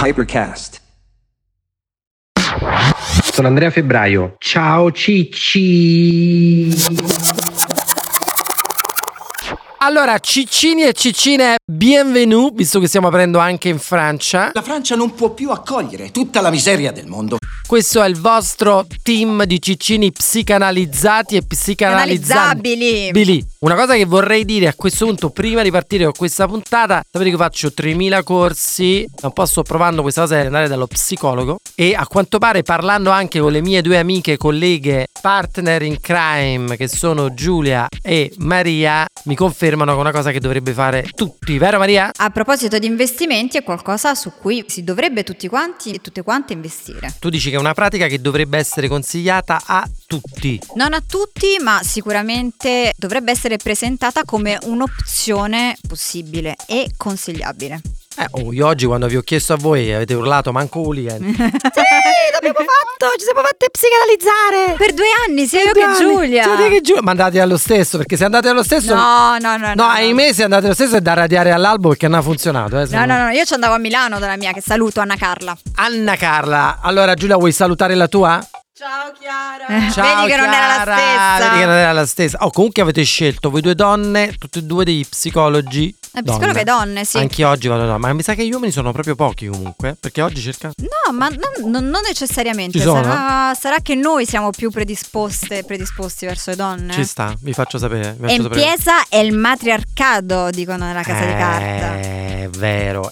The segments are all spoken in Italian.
Hypercast. Sono Andrea Febbraio. Ciao Cicci. Allora, ciccini e ciccine, bienvenue, visto che stiamo aprendo anche in Francia. La Francia non può più accogliere tutta la miseria del mondo. Questo è il vostro team di ciccini psicanalizzati e psicanalizzabili. Una cosa che vorrei dire a questo punto, prima di partire con questa puntata, sapete che faccio 3000 corsi, da un po' sto provando questa cosa di andare dallo psicologo e a quanto pare, parlando anche con le mie due amiche, colleghe, partner in crime, che sono Giulia e Maria, mi confermano che è una cosa che dovrebbe fare tutti, vero Maria? A proposito di investimenti, è qualcosa su cui si dovrebbe tutti quanti e tutte quante investire. Tu dici che è una pratica che dovrebbe essere consigliata a tutti. Non a tutti, ma sicuramente dovrebbe essere presentata come un'opzione possibile e consigliabile. Io oggi quando vi ho chiesto a voi avete urlato manco hooligan. Sì, l'abbiamo fatto, ci siamo fatte psicanalizzare per 2 anni, sia io che Giulia. Ma andate allo stesso, perché se andate allo stesso No, ahimè, se andate allo stesso è da radiare all'albo perché non ha funzionato. No, io ci andavo a Milano dalla mia, che saluto, Anna Carla. Anna Carla, allora Giulia, vuoi salutare la tua? Ciao Chiara. Ciao, vedi che non era la stessa. Vedi che non era la stessa. Comunque avete scelto voi due donne, tutte e due degli psicologi. Psicologhe donne, sì. Anche oggi vado da. Ma mi sa che gli uomini sono proprio pochi comunque, perché oggi cerca. No, ma non necessariamente. Ci sono? Sarà che noi siamo più predisposti verso le donne. Ci sta, vi faccio sapere. Empieza il matriarcato, dicono nella casa di carta. È vero.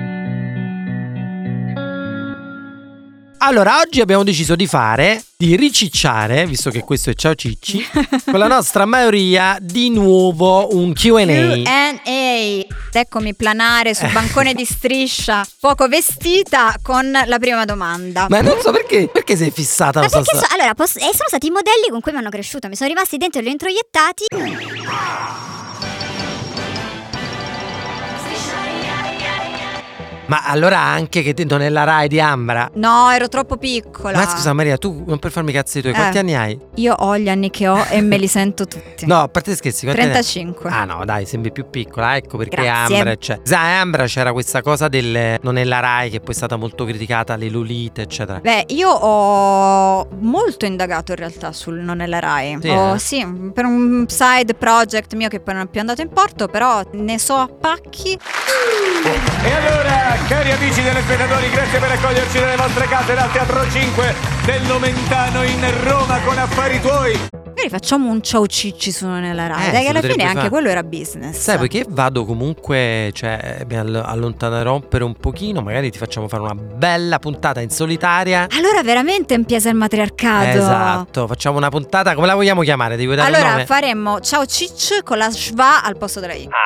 Allora, oggi abbiamo deciso di ricicciare, visto che questo è Ciao Cicci, con la nostra maioria di nuovo un Q&A. Eccomi planare sul bancone di striscia, poco vestita, con la prima domanda. Ma non so perché sei fissata. Ma perché allora, sono stati i modelli con cui mi hanno cresciuto, mi sono rimasti dentro e li ho introiettati. Ma allora anche che non è la Rai di Ambra? No, ero troppo piccola. Ma scusa Maria, tu non per farmi cazzi tuoi, quanti anni hai? Io ho gli anni che ho e me li sento tutti. No, a parte scherzi, 35. Ah no, dai, sembri più piccola, ecco perché Grazie. Ambra c'è. Sai, Ambra c'era questa cosa del non è la Rai, che poi è stata molto criticata, le Lolite, eccetera. Beh, io ho molto indagato in realtà sul non è la Rai. Sì, Sì, per un side project mio che poi non è più andato in porto, però ne so a pacchi. E allora, cari amici telespettatori, grazie per accoglierci nelle vostre case dal Teatro 5 del Nomentano in Roma con Affari Tuoi. Magari facciamo un ciao cicci su non è la Rai. Dai, si che alla potrebbe fine anche fare. quello era business. Sai, perché vado comunque, cioè mi allontanerò per un pochino, magari ti facciamo fare una bella puntata in solitaria. Allora veramente empieza il matriarcato. Esatto, facciamo una puntata, come la vogliamo chiamare? Devi dare un Allora nome? faremmo ciao cicci con la schwa al posto della I.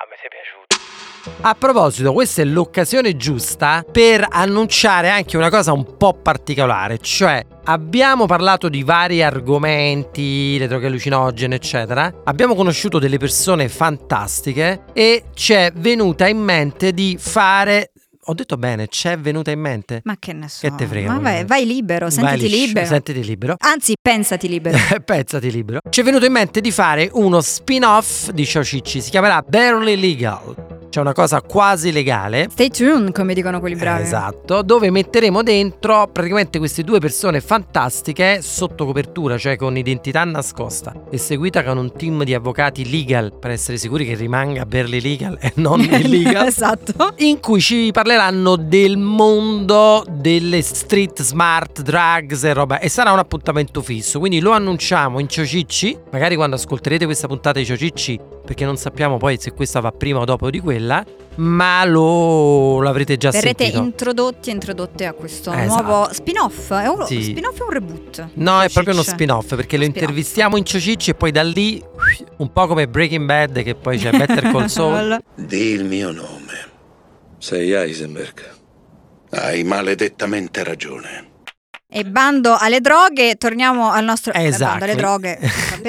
A proposito, questa è l'occasione giusta per annunciare anche una cosa un po' particolare, cioè abbiamo parlato di vari argomenti, le droghe allucinogene, eccetera. Abbiamo conosciuto delle persone fantastiche e ci è venuta in mente di fare... Ho detto bene, ci è venuta in mente? Ma che ne so. Che te frega? Ma vai libero, sentiti libero. Sentiti libero. Anzi, pensati libero. Pensati libero. Ci è venuto in mente di fare uno spin-off di Ciao Cicci, si chiamerà Barely Legal. C'è una cosa quasi legale. Stay tuned, come dicono quelli bravi. Esatto, dove metteremo dentro praticamente queste due persone fantastiche sotto copertura, cioè con identità nascosta e seguita con un team di avvocati legal per essere sicuri che rimanga barely legal e non illegal. Esatto. In cui ci parleranno del mondo delle street smart drugs e roba, e sarà un appuntamento fisso, quindi lo annunciamo in Ciao Cicci, magari quando ascolterete questa puntata di Ciao Cicci, perché non sappiamo poi se questa va prima o dopo di quella, ma l'avrete già Verrete sentito. introdotte a questo Esatto. nuovo spin-off. È uno Sì. spin-off o un reboot? No, è Ciao proprio uno Cicci. spin-off, perché lo Spin-off. intervistiamo in Ciao Cicci e poi da lì un po' come Breaking Bad, che poi c'è Better Call Saul. Di il mio nome. Sei Heisenberg. Hai maledettamente ragione. E bando alle droghe, torniamo al nostro Esatto. bando alle droghe, per dire.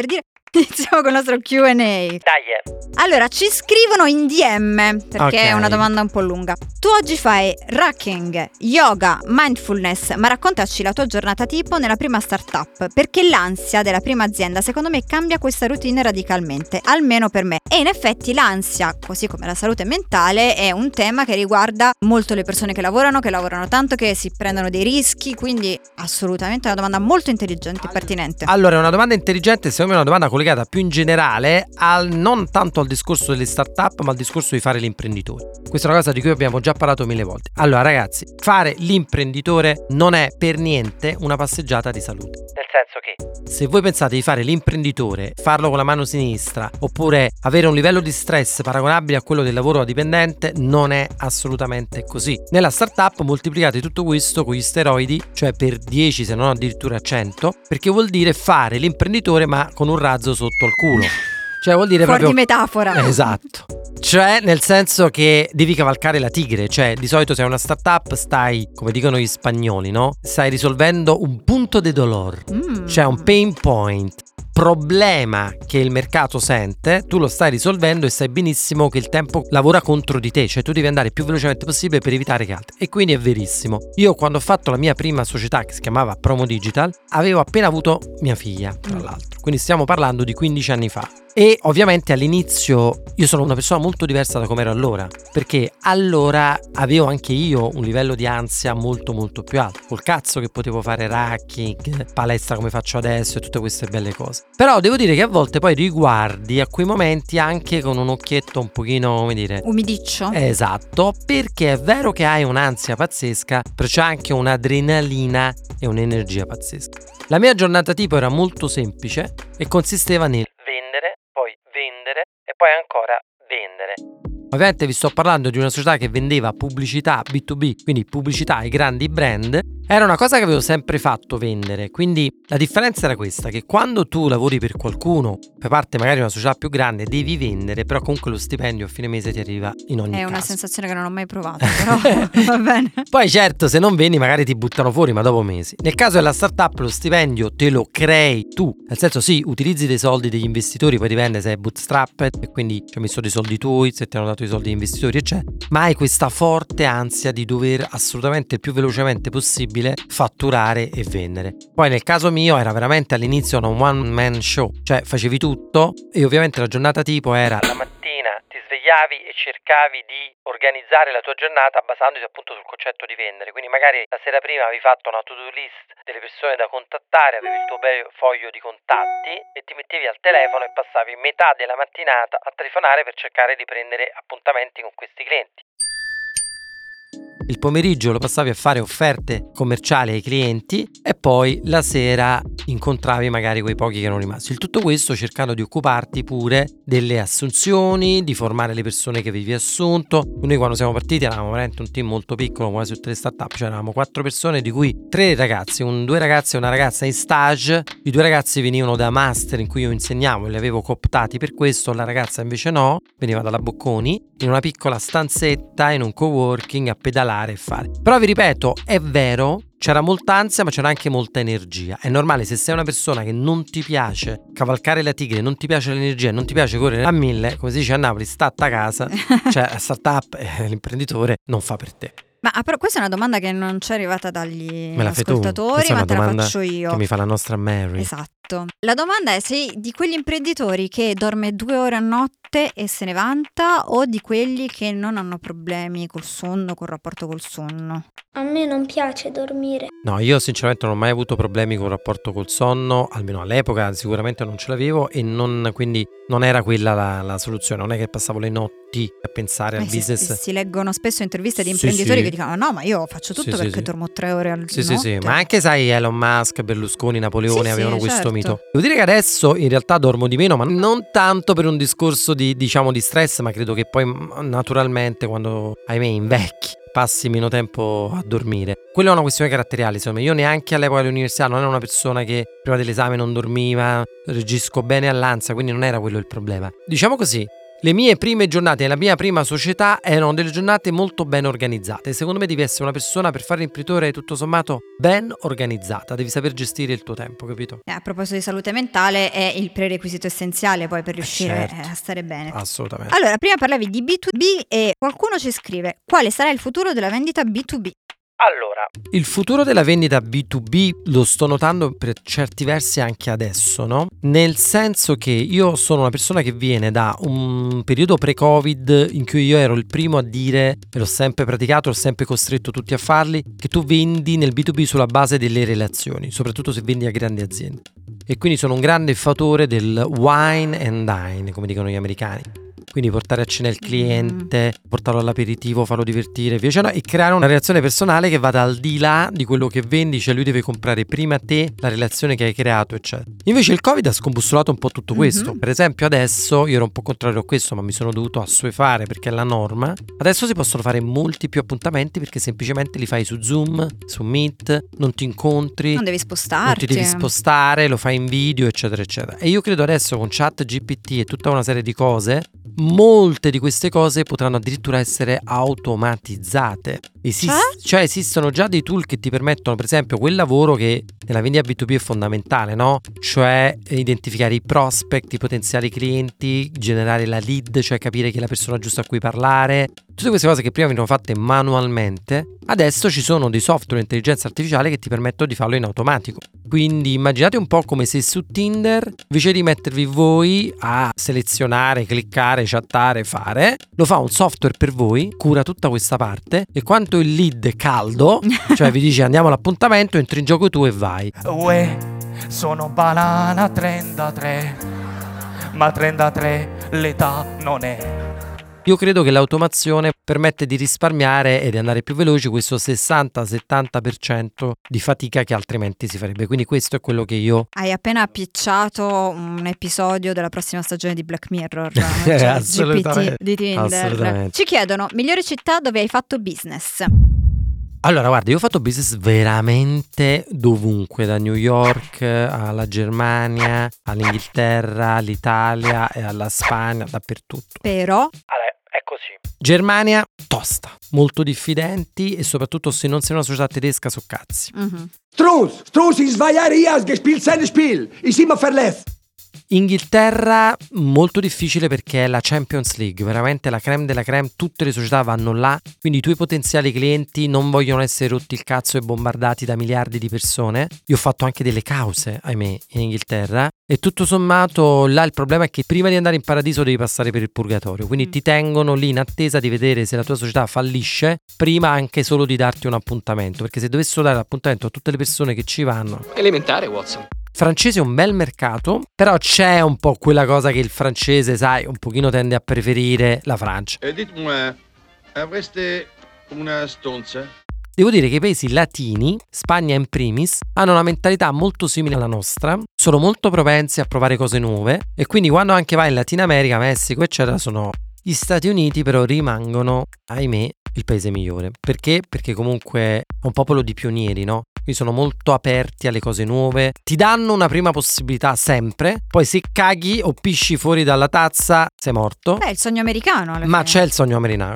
Iniziamo con il nostro Q&A. Dai. Allora, ci scrivono in DM, perché Ok. è una domanda un po' lunga. Tu oggi fai racking, yoga, mindfulness, ma raccontaci la tua giornata tipo nella prima startup, perché l'ansia della prima azienda secondo me cambia questa routine radicalmente, almeno per me. E in effetti l'ansia, così come la salute mentale, è un tema che riguarda molto le persone che lavorano tanto, che si prendono dei rischi, quindi assolutamente è una domanda molto intelligente e pertinente. Allora, è una domanda intelligente, secondo me è una domanda collegata più in generale non tanto al discorso delle start-up, ma al discorso di fare l'imprenditore. Questa è una cosa di cui abbiamo già parlato 1000 volte. Allora, ragazzi, fare l'imprenditore non è per niente una passeggiata di salute. Nel senso che se voi pensate di fare l'imprenditore, farlo con la mano sinistra, oppure avere un livello di stress paragonabile a quello del lavoro dipendente, non è assolutamente così. Nella startup moltiplicate tutto questo con gli steroidi, cioè per 10 se non addirittura 100, perché vuol dire fare l'imprenditore ma con un razzo sotto il culo. Cioè vuol dire Fuori proprio di metafora. Esatto. Cioè nel senso che devi cavalcare la tigre. Cioè di solito sei una startup, stai, come dicono gli spagnoli, no? Stai risolvendo un punto de dolor, cioè un pain point, problema che il mercato sente, tu lo stai risolvendo e sai benissimo che il tempo lavora contro di te, cioè tu devi andare il più velocemente possibile per evitare che altri. E quindi è verissimo. Io quando ho fatto la mia prima società, che si chiamava Promo Digital, avevo appena avuto mia figlia, tra l'altro, quindi stiamo parlando di 15 anni fa. E ovviamente all'inizio io sono una persona molto diversa da come ero allora, perché allora avevo anche io un livello di ansia molto molto più alto. Col cazzo che potevo fare racking, palestra come faccio adesso e tutte queste belle cose. Però devo dire che a volte poi riguardi a quei momenti anche con un occhietto un pochino, come dire, Umidiccio. esatto, perché è vero che hai un'ansia pazzesca, però c'è anche un'adrenalina e un'energia pazzesca. La mia giornata tipo era molto semplice e consisteva nel vendere, poi vendere e poi ancora vendere. Ovviamente vi sto parlando di una società che vendeva pubblicità B2B, quindi pubblicità ai grandi brand. Era una cosa che avevo sempre fatto, vendere. Quindi la differenza era questa, che quando tu lavori per qualcuno, fai parte magari di una società più grande, devi vendere, però comunque lo stipendio a fine mese ti arriva in ogni caso. È una sensazione che non ho mai provato, però va bene. Poi certo, se non vendi magari ti buttano fuori, ma dopo mesi. Nel caso della startup lo stipendio te lo crei tu, nel senso sì, utilizzi dei soldi degli investitori, poi dipende se è bootstrapped e quindi ci hai messo dei soldi tuoi, se ti hanno dato i soldi degli investitori eccetera, ma hai questa forte ansia di dover assolutamente il più velocemente possibile fatturare e vendere. Poi nel caso mio era veramente all'inizio un one man show, cioè facevi tutto e ovviamente la giornata tipo era la mattina ti svegliavi e cercavi di organizzare la tua giornata basandoti appunto sul concetto di vendere, quindi magari la sera prima avevi fatto una to-do list delle persone da contattare, avevi il tuo bel foglio di contatti e ti mettevi al telefono e passavi metà della mattinata a telefonare per cercare di prendere appuntamenti con questi clienti. Il pomeriggio lo passavi a fare offerte commerciali ai clienti e poi la sera incontravi magari quei pochi che erano rimasti. Il tutto questo cercando di occuparti pure delle assunzioni, di formare le persone che avevi assunto. Noi quando siamo partiti eravamo veramente un team molto piccolo, quasi tutte le startup, cioè eravamo 4 persone di cui 3 ragazzi, 2 ragazzi e una ragazza in stage. I 2 ragazzi venivano da master in cui io insegnavo e li avevo cooptati per questo, la ragazza invece no, veniva dalla Bocconi, in una piccola stanzetta in un coworking a pedalare e fare. Però vi ripeto, è vero, c'era molta ansia ma c'era anche molta energia. È normale, se sei una persona che non ti piace cavalcare la tigre, non ti piace l'energia, non ti piace correre a 1000, come si dice a Napoli, statta a casa, cioè la startup, l'imprenditore non fa per te. Ma però questa è una domanda che non ci è arrivata dagli Me la fai tu? ascoltatori, Questa è ma una te la domanda faccio io. che mi fa la nostra Mary. Esatto. La domanda è: sei di quegli imprenditori che dorme 2 ore a notte e se ne vanta, o di quelli che non hanno problemi col sonno, col rapporto col sonno? A me non piace dormire. No, io sinceramente non ho mai avuto problemi con il rapporto col sonno, almeno all'epoca sicuramente non ce l'avevo e quindi non era quella la soluzione, non è che passavo le notti a pensare al business. Si leggono spesso interviste di imprenditori che dicono no, ma io faccio tutto perché dormo 3 ore al giorno. Sì, ma anche sai Elon Musk, Berlusconi, Napoleone avevano questo certo. mito. Devo dire che adesso in realtà dormo di meno, ma non tanto per un discorso di stress, ma credo che poi naturalmente quando ahimè invecchi passi meno tempo a dormire. Quella è una questione caratteriale, secondo me. Io neanche all'epoca dell'università non ero una persona che prima dell'esame non dormiva, reagisco bene all'ansia, quindi non era quello il problema. Diciamo così, Le mie prime giornate nella mia prima società erano delle giornate molto ben organizzate. Secondo me devi essere una persona, per fare l'imprenditore, tutto sommato ben organizzata. Devi saper gestire il tuo tempo, capito? A proposito di salute mentale, è il prerequisito essenziale poi per riuscire certo. a stare bene. Assolutamente. Allora, prima parlavi di B2B e qualcuno ci scrive: quale sarà il futuro della vendita B2B? Allora, il futuro della vendita B2B lo sto notando per certi versi anche adesso, no? Nel senso che io sono una persona che viene da un periodo pre-Covid in cui io ero il primo a dire, e l'ho sempre praticato, ho sempre costretto tutti a farli, che tu vendi nel B2B sulla base delle relazioni, soprattutto se vendi a grandi aziende. E quindi sono un grande fautore del wine and dine, come dicono gli americani. Quindi portare a cena il cliente, portarlo all'aperitivo, farlo divertire, via dicendo, e creare una relazione personale che vada al di là di quello che vendi, cioè lui deve comprare prima te la relazione che hai creato, eccetera. Invece il Covid ha scombussolato un po' tutto questo. Per esempio adesso, io ero un po' contrario a questo, ma mi sono dovuto assuefare perché è la norma. Adesso si possono fare molti più appuntamenti perché semplicemente li fai su Zoom, su Meet, non ti incontri, Non devi spostarti. non ti devi spostare, lo fai in video, eccetera, eccetera. E io credo adesso con ChatGPT e tutta una serie di cose, molte di queste cose potranno addirittura essere automatizzate. Cioè esistono già dei tool che ti permettono, per esempio, quel lavoro che nella vendita B2B è fondamentale, no? Cioè identificare i prospect, i potenziali clienti, generare la lead, cioè capire chi è la persona giusta a cui parlare. Tutte queste cose che prima venivano fatte manualmente, adesso ci sono dei software di intelligenza artificiale che ti permettono di farlo in automatico. Quindi immaginate un po' come se su Tinder, invece di mettervi voi a selezionare, cliccare, chattare, fare, lo fa un software per voi, cura tutta questa parte, e quanto il lead è caldo, cioè vi dice andiamo all'appuntamento, entri in gioco tu e vai. Uè, sono banana 33, ma 33 l'età non è. Io credo che l'automazione permette di risparmiare e di andare più veloci questo 60-70% di fatica che altrimenti si farebbe. Quindi questo è quello che io... Hai appena appicciato un episodio della prossima stagione di Black Mirror, Assolutamente. GPT di Tinder. Assolutamente. Ci chiedono: migliore città dove hai fatto business? Allora, guarda, io ho fatto business veramente dovunque, da New York alla Germania, all'Inghilterra, all'Italia e alla Spagna, dappertutto. Però È così. Germania, tosta, molto diffidenti e soprattutto se non sei una società tedesca so cazzi. Strunz ist 2 Jahre hier gespielt sein Spiel. Ich immer verletzt. Inghilterra molto difficile perché è la Champions League, veramente la creme della creme, tutte le società vanno là, quindi i tuoi potenziali clienti non vogliono essere rotti il cazzo e bombardati da miliardi di persone. Io ho fatto anche delle cause, ahimè, in Inghilterra, e tutto sommato là il problema è che prima di andare in paradiso devi passare per il purgatorio, quindi ti tengono lì in attesa di vedere se la tua società fallisce prima anche solo di darti un appuntamento, perché se dovessero dare l'appuntamento a tutte le persone che ci vanno... Elementare, Watson. Francese è un bel mercato, però c'è un po' quella cosa che il francese, sai, un pochino tende a preferire la Francia. Dites-moi, avreste una stonza? Devo dire che i paesi latini, Spagna in primis, hanno una mentalità molto simile alla nostra, sono molto propensi a provare cose nuove e quindi quando anche vai in Latino America, Messico, eccetera, sono gli Stati Uniti, però rimangono, ahimè, il paese migliore. Perché? Perché comunque è un popolo di pionieri, no? Quindi sono molto aperti alle cose nuove, ti danno una prima possibilità sempre, poi se caghi o pisci fuori dalla tazza sei morto. Beh, il sogno americano alla Ma fine. c'è il sogno americano.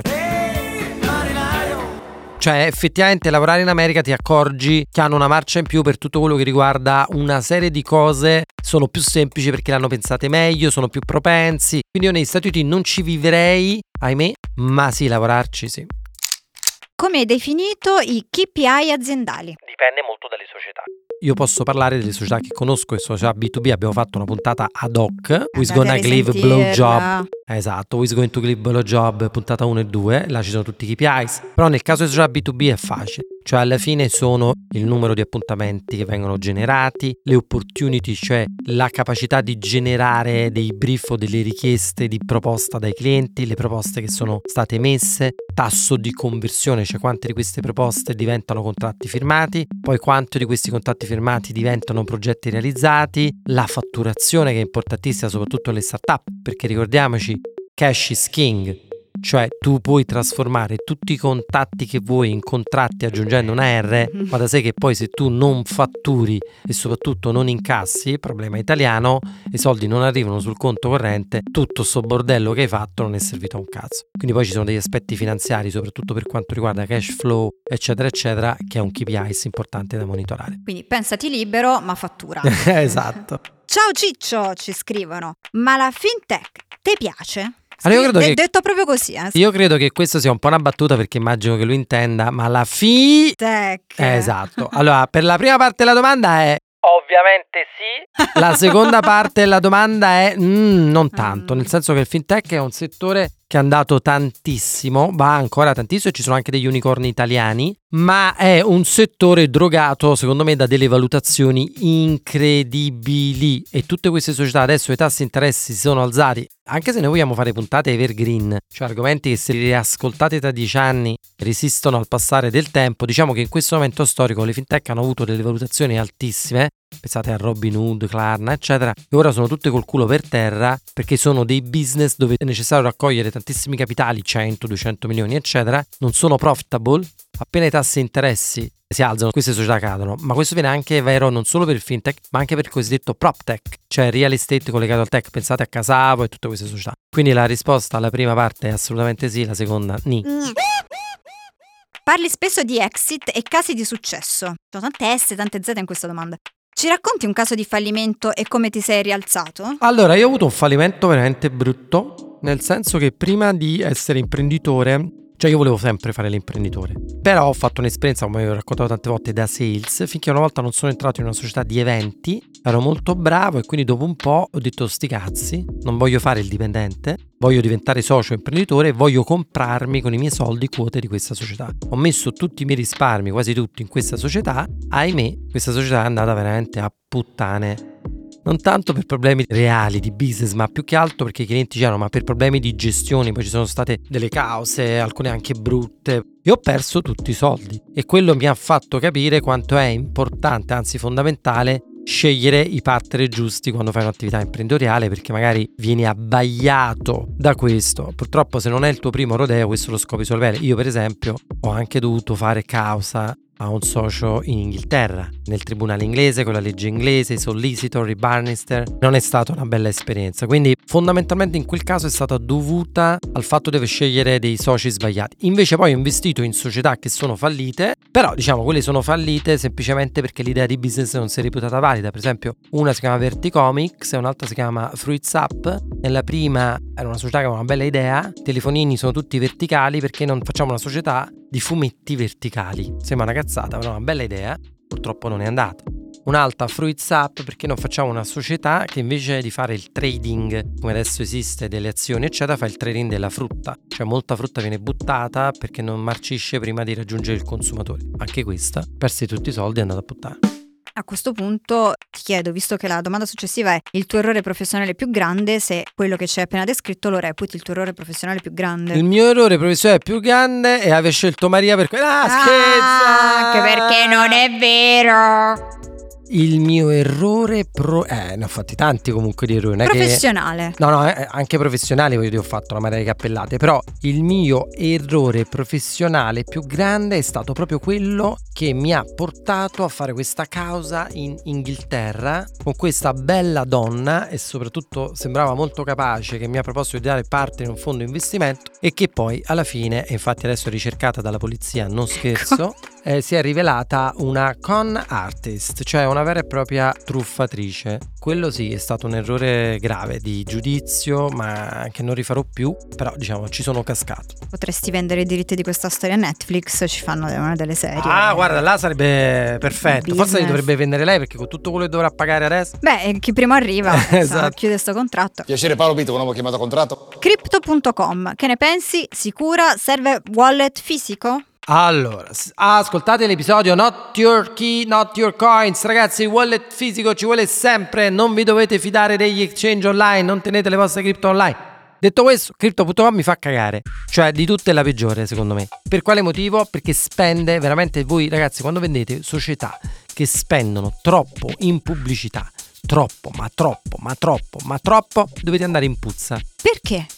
Cioè effettivamente lavorare in America ti accorgi che hanno una marcia in più per tutto quello che riguarda una serie di cose, sono più semplici perché le hanno pensate meglio, sono più propensi. Quindi io negli Stati Uniti non ci vivrei, ahimè, ma sì, lavorarci sì. Come hai definito i KPI aziendali? Dipende molto dalle società. Io posso parlare delle società che conosco, e società B2B abbiamo fatto una puntata ad hoc, Who's Gonna Give Blowjob. Esatto, Who's Going to Give Blowjob, puntata 1 e 2, là ci sono tutti i KPIs. Però nel caso di società B2B è facile. Cioè alla fine sono il numero di appuntamenti che vengono generati, le opportunity, cioè la capacità di generare dei brief o delle richieste di proposta dai clienti, le proposte che sono state emesse, tasso di conversione, cioè quante di queste proposte diventano contratti firmati, poi quanto di questi contratti firmati diventano progetti realizzati, la fatturazione che è importantissima soprattutto alle startup, perché ricordiamoci, cash is king. Cioè tu puoi trasformare tutti i contatti che vuoi in contratti aggiungendo una R, ma da sé che poi se tu non fatturi e soprattutto non incassi, problema italiano, i soldi non arrivano sul conto corrente, tutto sto bordello che hai fatto non è servito a un cazzo. Quindi poi ci sono degli aspetti finanziari, soprattutto per quanto riguarda cash flow, eccetera eccetera, che è un KPI importante da monitorare. Quindi pensati libero ma fattura. Esatto. Ciao Ciccio, ci scrivono, ma la fintech ti piace? Allora, io credo che... Detto proprio così, eh? Io credo che questo sia un po' una battuta, perché immagino che lui intenda, ma la tech. Esatto. Allora, per la prima parte della domanda è ovviamente sì. La seconda parte della domanda è non tanto, nel senso che il fintech è un settore che è andato tantissimo, va ancora tantissimo e ci sono anche degli unicorni italiani, ma è un settore drogato secondo me da delle valutazioni incredibili, e tutte queste società adesso i tassi di interessi si sono alzati, anche se noi vogliamo fare puntate evergreen, cioè argomenti che se li riascoltate da 10 anni resistono al passare del tempo. Diciamo che in questo momento storico le fintech hanno avuto delle valutazioni altissime, pensate a Robinhood, Klarna eccetera, e ora sono tutte col culo per terra, perché sono dei business dove è necessario raccogliere tantissimi capitali, 100-200 milioni eccetera, non sono profitable, appena i tassi di interessi si alzano queste società cadono. Ma questo viene anche vero non solo per il fintech, ma anche per il cosiddetto prop tech, cioè real estate collegato al tech, pensate a Casavo e tutte queste società. Quindi la risposta alla prima parte è assolutamente sì, la seconda ni. Parli spesso di exit e casi di successo. Ci sono tante S, tante Z in questa domanda. Ci racconti un caso di fallimento e come ti sei rialzato? Allora, io ho avuto un fallimento veramente brutto, nel senso che prima di essere imprenditore, cioè io volevo sempre fare l'imprenditore, però ho fatto un'esperienza, come vi ho raccontato tante volte, da sales, finché una volta non sono entrato in una società di eventi, ero molto bravo e quindi dopo un po' ho detto sti cazzi, non voglio fare il dipendente, voglio diventare socio imprenditore e voglio comprarmi con i miei soldi quote di questa società. Ho messo tutti i miei risparmi, quasi tutti, in questa società, ahimè questa società è andata veramente a puttane. Non tanto per problemi reali di business, ma più che altro perché i clienti c'erano, ma per problemi di gestione. Poi ci sono state delle cause, alcune anche brutte, e ho perso tutti i soldi. E quello mi ha fatto capire quanto è importante, anzi fondamentale, scegliere i partner giusti quando fai un'attività imprenditoriale, perché magari vieni abbagliato da questo. Purtroppo se non è il tuo primo rodeo questo lo scopri solo bene. Io per esempio ho anche dovuto fare causa a un socio in Inghilterra, nel tribunale inglese, con la legge inglese, i solicitor, i barrister. Non è stata una bella esperienza, quindi fondamentalmente in quel caso è stata dovuta al fatto di scegliere dei soci sbagliati. Invece poi ho investito in società che sono fallite, però diciamo quelle sono fallite semplicemente perché l'idea di business non si è reputata valida. Per esempio una si chiama Verticomics e un'altra si chiama Fruits Up. Nella prima era una società che aveva una bella idea, i telefonini sono tutti verticali, perché non facciamo una società di fumetti verticali? Sembra una cazzata, però una bella idea, purtroppo non è andata. Un'altra, Fruits Up, perché non facciamo una società che invece di fare il trading, come adesso esiste, delle azioni eccetera, fa il trading della frutta, cioè molta frutta viene buttata perché non marcisce prima di raggiungere il consumatore. Anche questa, persi tutti i soldi, è andata a puttane. A questo punto ti chiedo, visto che la domanda successiva è il tuo errore professionale più grande, se quello che ci hai appena descritto lo reputi il tuo errore professionale più grande. Il mio errore professionale più grande è aver scelto Maria per scherzo! Anche perché non è vero! Il mio errore ne ho fatti tanti comunque di errori. Professionale. No, anche professionale, io ho fatto una marea di cappellate. Però il mio errore professionale più grande è stato proprio quello che mi ha portato a fare questa causa in Inghilterra con questa bella donna, e soprattutto sembrava molto capace, che mi ha proposto di dare parte in un fondo investimento, e che poi alla fine, e infatti adesso è ricercata dalla polizia, non scherzo, si è rivelata una con artist, cioè una vera e propria truffatrice. Quello sì, è stato un errore grave di giudizio, ma che non rifarò più, però diciamo ci sono cascato. Potresti vendere i diritti di questa storia a Netflix, ci fanno una delle serie. Ah, guarda, là sarebbe perfetto. Forse li dovrebbe vendere lei, perché con tutto quello che dovrà pagare adesso. Beh, chi prima arriva esatto. Chiude sto contratto. Piacere, Paolo Pito, un uomo chiamato contratto. Crypto.com, che ne pensi? Sicura? Serve wallet fisico? Allora, ascoltate l'episodio Not Your Key, Not Your Coins. Ragazzi, il wallet fisico ci vuole sempre. Non vi dovete fidare degli exchange online, non tenete le vostre cripto online. Detto questo, Crypto.com mi fa cagare. Cioè, di tutte è la peggiore, secondo me. Per quale motivo? Perché spende veramente, voi ragazzi, quando vendete società che spendono troppo in pubblicità, troppo, dovete andare in puzza. Perché?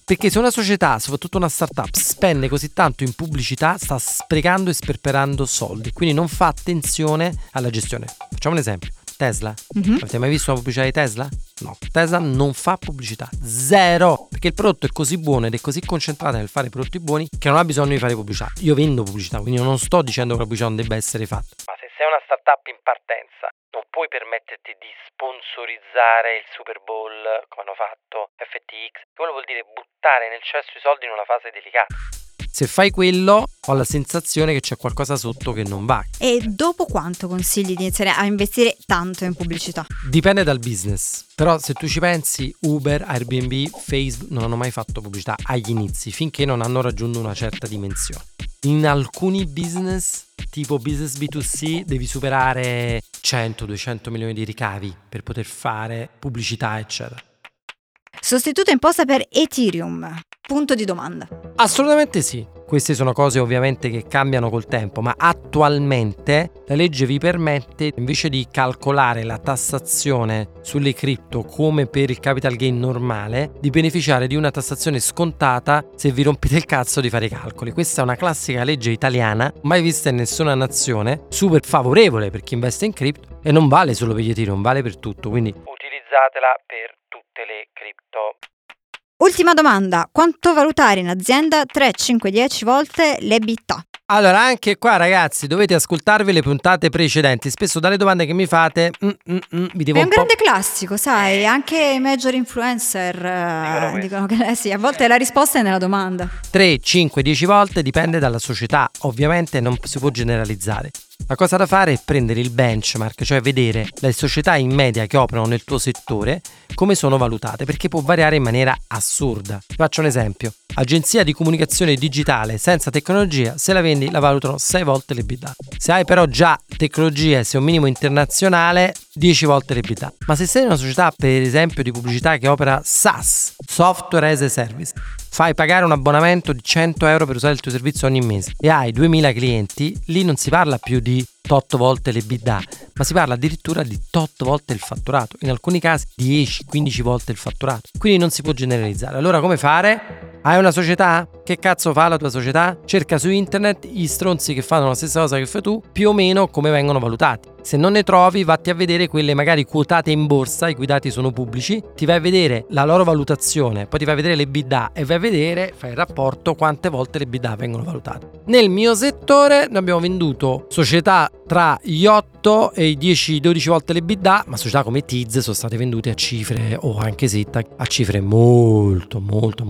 Perché se una società, soprattutto una startup, spende così tanto in pubblicità, sta sprecando e sperperando soldi, quindi non fa attenzione alla gestione. Facciamo un esempio. Tesla. Avete mai visto una pubblicità di Tesla? No. Tesla non fa pubblicità. Zero. Perché il prodotto è così buono ed è così concentrato nel fare prodotti buoni che non ha bisogno di fare pubblicità. Io vendo pubblicità, quindi non sto dicendo che la pubblicità non debba essere fatta. Ma se sei una startup in partenza, non puoi permetterti di sponsorizzare il Super Bowl come hanno fatto FTX. Quello vuol dire buttare nel cesso i soldi in una fase delicata. Se fai quello, ho la sensazione che c'è qualcosa sotto che non va. E dopo quanto consigli di iniziare a investire tanto in pubblicità? Dipende dal business. Però se tu ci pensi, Uber, Airbnb, Facebook non hanno mai fatto pubblicità agli inizi, finché non hanno raggiunto una certa dimensione. In alcuni business, tipo business B2C, devi superare 100-200 milioni di ricavi per poter fare pubblicità, eccetera. Sostituto imposta per Ethereum. Punto di domanda. Assolutamente sì. Queste sono cose ovviamente che cambiano col tempo, ma attualmente la legge vi permette, invece di calcolare la tassazione sulle cripto come per il capital gain normale, di beneficiare di una tassazione scontata se vi rompete il cazzo di fare i calcoli. Questa è una classica legge italiana, mai vista in nessuna nazione, super favorevole per chi investe in cripto e non vale solo per gli Ethereum, vale per tutto, quindi utilizzatela per tutte le cripto. Ultima domanda, quanto valutare in azienda 3, 5, 10 volte l'EBITDA? Allora, anche qua ragazzi dovete ascoltarvi le puntate precedenti. Spesso dalle domande che mi fate vi devo è un grande classico, sai, anche i major influencer dicono che sì, a volte la risposta è nella domanda. 3, 5, 10 volte, dipende dalla società, ovviamente non si può generalizzare. La cosa da fare è prendere il benchmark, cioè vedere le società in media che operano nel tuo settore come sono valutate, perché può variare in maniera assurda. Ti faccio un esempio. Agenzia di comunicazione digitale senza tecnologia, se la vendi la valutano 6 volte l'EBITDA. Se hai però già tecnologia e sei un minimo internazionale, 10 volte l'EBITDA. Ma se sei una società per esempio di pubblicità che opera SaaS, Software as a Service, fai pagare un abbonamento di 100 euro per usare il tuo servizio ogni mese e hai 2000 clienti, lì non si parla più di 8 volte l'EBITDA, ma si parla addirittura di 8 volte il fatturato, in alcuni casi 10-15 volte il fatturato, quindi non si può generalizzare. Allora come fare? Hai una società? Che cazzo fa la tua società? Cerca su internet gli stronzi che fanno la stessa cosa che fai tu, più o meno come vengono valutati. Se non ne trovi, vatti a vedere quelle magari quotate in borsa, i cui dati sono pubblici, ti vai a vedere la loro valutazione, poi ti vai a vedere l'EBITDA e vai a vedere, fai il rapporto, quante volte l'EBITDA vengono valutate. Nel mio settore noi abbiamo venduto società tra gli 8 e i 10-12 volte l'EBITDA, ma società come Tiz sono state vendute a cifre, o anche Sitta, a cifre molto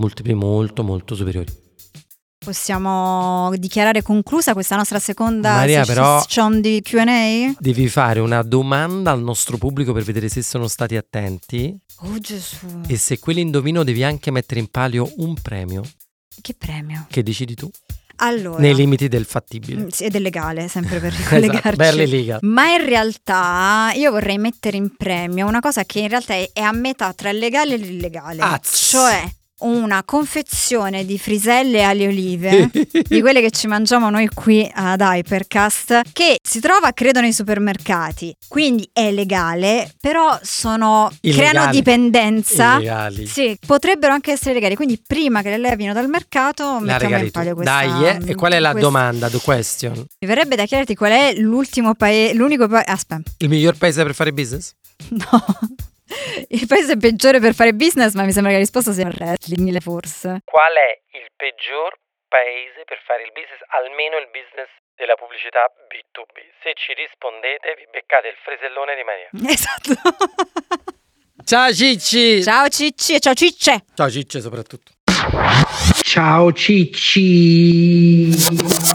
superiori. Possiamo dichiarare conclusa questa nostra seconda Maria, session di Q&A? Devi fare una domanda al nostro pubblico per vedere se sono stati attenti. Oh Gesù. E se quelli indovino devi anche mettere in palio un premio. Che premio? Che decidi tu. Allora, nei limiti del fattibile. Sì, ed è legale, sempre per ricollegarci. Esatto, barely legal. Ma in realtà io vorrei mettere in premio una cosa che in realtà è a metà tra il legale e l'illegale. Cioè una confezione di friselle alle olive di quelle che ci mangiamo noi qui ad Hypercast, che si trova credo nei supermercati, quindi è legale, però sono illegali. Creano dipendenza. Illegali. Sì, potrebbero anche essere legali, quindi prima che le levino dal mercato mettiamo in palio questa. Dai, e qual è la domanda, the question? Mi verrebbe da chiederti qual è l'unico paese. Aspetta. Il miglior paese per fare business? No. Il paese peggiore per fare business, ma mi sembra che la risposta sia il wrestling, forse. Qual è il peggior paese per fare il business, almeno il business della pubblicità B2B? Se ci rispondete vi beccate il frisellone di Maria. Esatto. Ciao Cicci. Ciao Cicci e ciao Cicce. Ciao Cicce soprattutto. Ciao Cicci.